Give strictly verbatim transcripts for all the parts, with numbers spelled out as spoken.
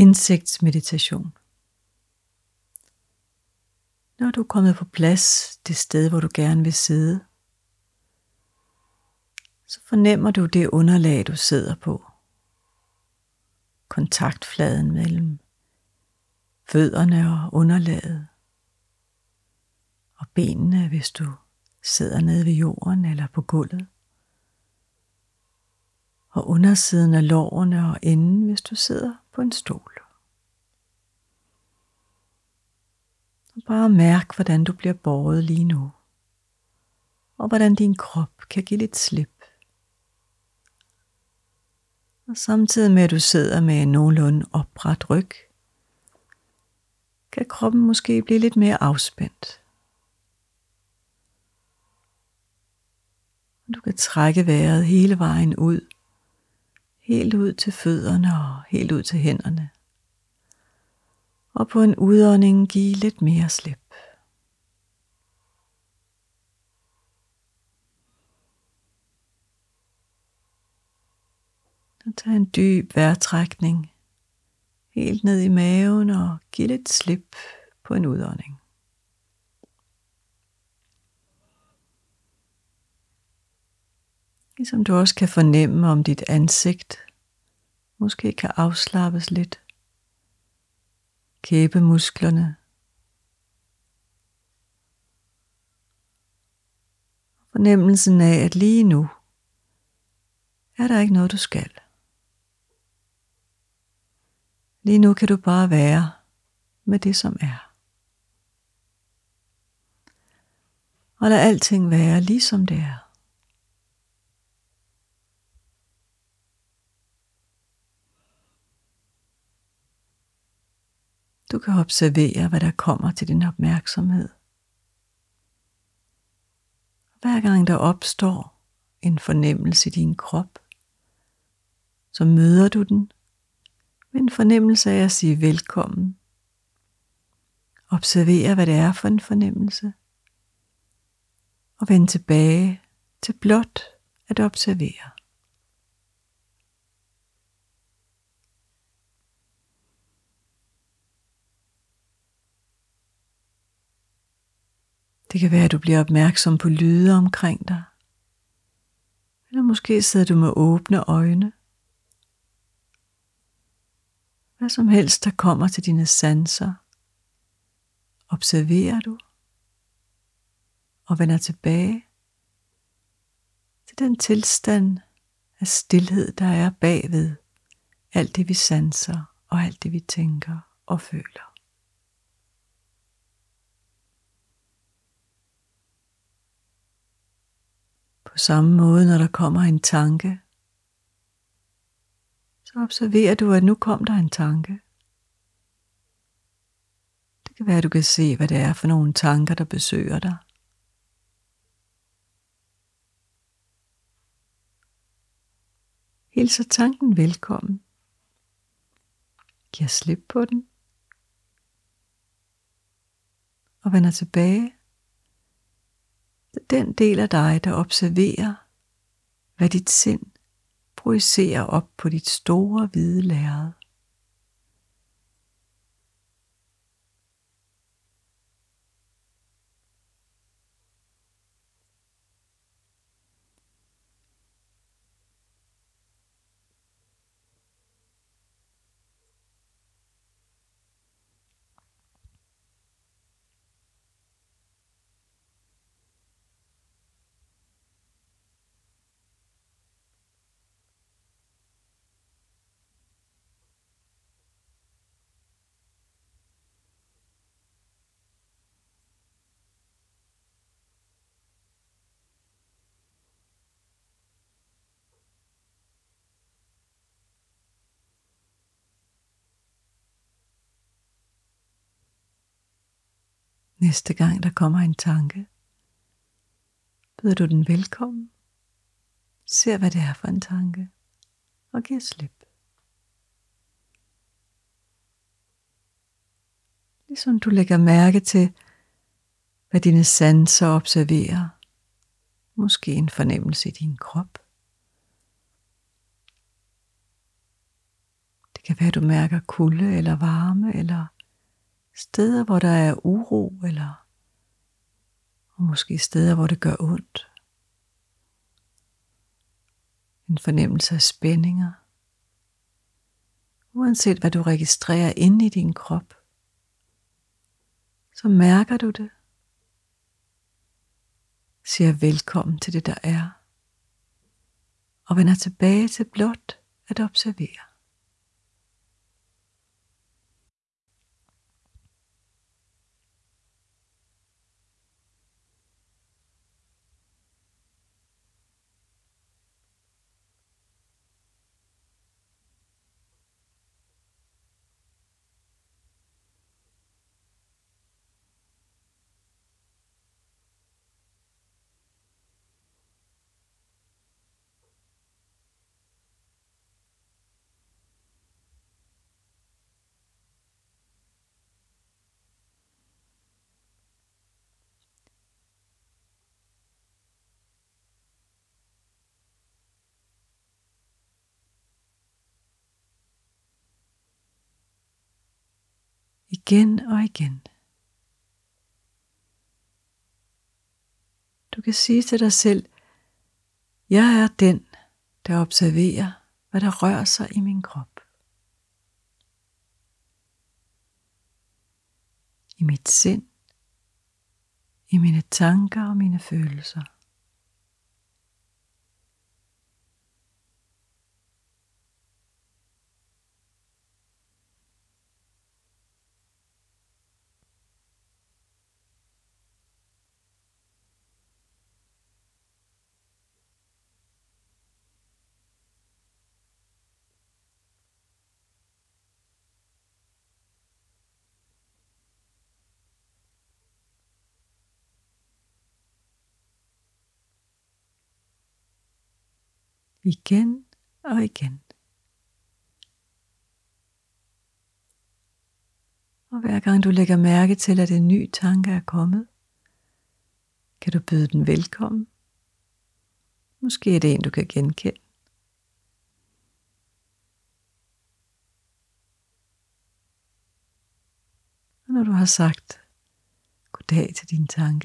Indsigtsmeditation. Når du er kommet på plads det sted, hvor du gerne vil sidde, så fornemmer du det underlag, du sidder på. Kontaktfladen mellem fødderne og underlaget. Og benene, hvis du sidder nede ved jorden eller på gulvet. Og undersiden af lårene og enden, hvis du sidder på en stol. Og bare mærk, hvordan du bliver båret lige nu. Og hvordan din krop kan give lidt slip. Og samtidig med at du sidder med en nogenlunde opret ryg, kan kroppen måske blive lidt mere afspændt. Du kan trække vejret hele vejen ud. Helt ud til fødderne og helt ud til hænderne. Og på en udånding give lidt mere slip. Og tag en dyb vejrtrækning helt ned i maven og giv lidt slip på en udånding. Ligesom du også kan fornemme, om dit ansigt måske kan afslappes lidt. Kæbemusklerne. Fornemmelsen af, at lige nu er der ikke noget, du skal. Lige nu kan du bare være med det, som er. Og lad alting være, ligesom det er. Du kan observere, hvad der kommer til din opmærksomhed. Hver gang der opstår en fornemmelse i din krop, så møder du den med en fornemmelse af at sige velkommen. Observer, hvad det er for en fornemmelse. Og vend tilbage til blot at observere. Det kan være, at du bliver opmærksom på lyde omkring dig. Eller måske sidder du med åbne øjne. Hvad som helst, der kommer til dine sanser, observerer du og vender tilbage til den tilstand af stilhed, der er bagved alt det, vi sanser og alt det, vi tænker og føler. På samme måde, når der kommer en tanke, så observerer du, at nu kom der en tanke. Det kan være, at du kan se, hvad det er for nogle tanker, der besøger dig. Hilser tanken velkommen. Giver slip på den. Og vender tilbage til den del af dig, der observerer, hvad dit sind projicerer op på dit store hvide lærred. Næste gang der kommer en tanke, byder du den velkommen, ser hvad det er for en tanke, og giver slip. Ligesom du lægger mærke til, hvad dine sanser observerer, måske en fornemmelse i din krop. Det kan være, at du mærker kulde eller varme, eller steder, hvor der er uro, eller og måske steder, hvor det gør ondt. En fornemmelse af spændinger. Uanset hvad du registrerer inde i din krop, så mærker du det. Siger velkommen til det, der er. Og vender tilbage til blot at observere. Igen og igen. Du kan sige til dig selv, jeg er den, der observerer, hvad der rører sig i min krop. I mit sind, i mine tanker og mine følelser. Igen og igen. Og hver gang du lægger mærke til, at en ny tanke er kommet, kan du byde den velkommen. Måske er det en, du kan genkende. Og når du har sagt goddag til din tanke,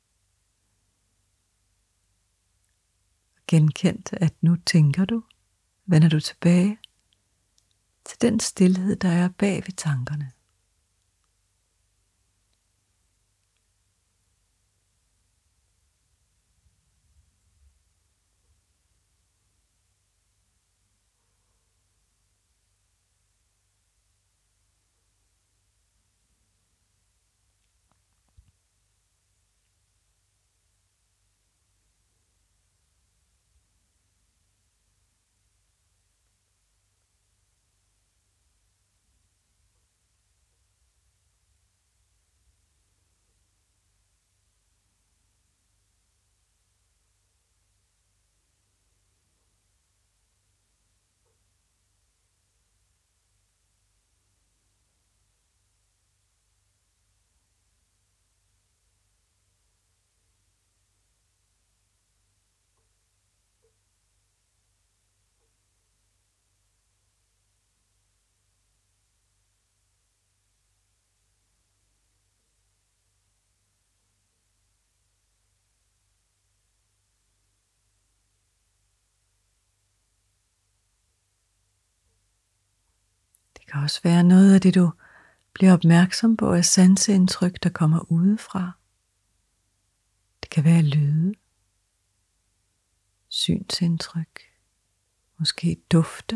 og genkendt, at nu tænker du, vender du tilbage til den stilhed, der er bag ved tankerne. Det kan også være noget af det, du bliver opmærksom på, af sanseindtryk, der kommer udefra. Det kan være lyde, synsindtryk, måske dufte,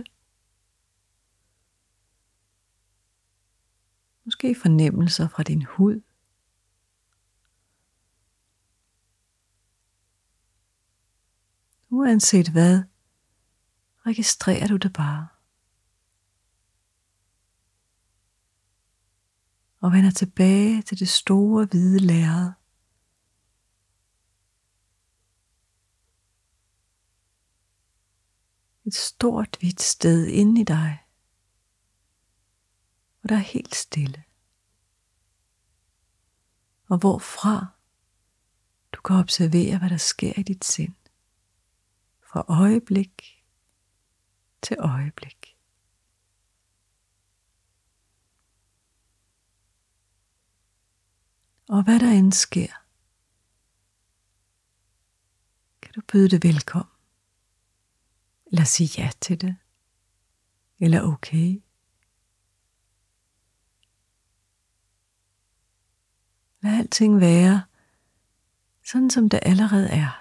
måske fornemmelser fra din hud. Uanset hvad, registrerer du det bare. Og vender tilbage til det store hvide lærred. Et stort hvidt sted inde i dig, hvor der er helt stille. Og hvorfra du kan observere, hvad der sker i dit sind. Fra øjeblik til øjeblik. Og hvad der end sker, kan du byde det velkommen. Eller sige ja til det. Eller okay. Lad alting være, sådan som det allerede er.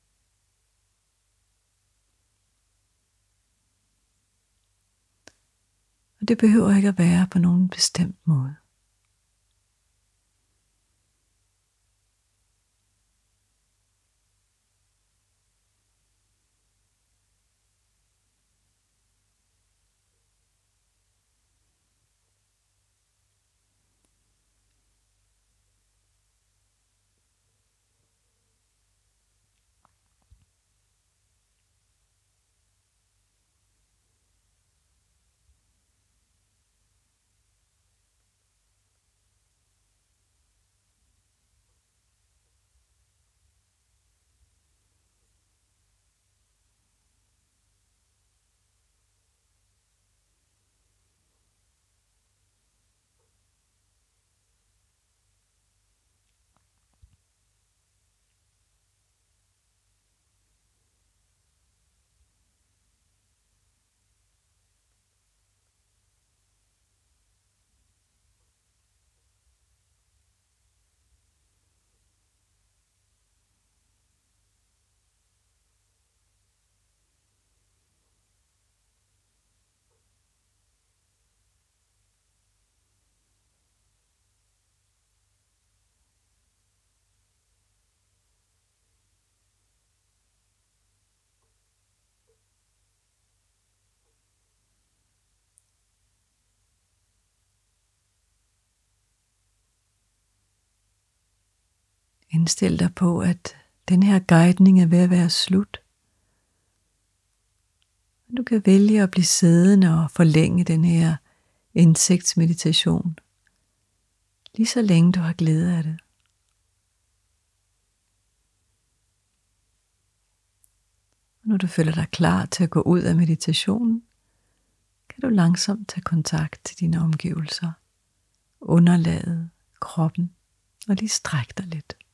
Og det behøver ikke at være på nogen bestemt måde. Indstil dig på, at den her guidning er ved at være slut. Du kan vælge at blive siddende og forlænge den her indsigtsmeditation, lige så længe du har glæde af det. Og når du føler dig klar til at gå ud af meditationen, kan du langsomt tage kontakt til dine omgivelser, underlaget, kroppen og lige strække dig lidt.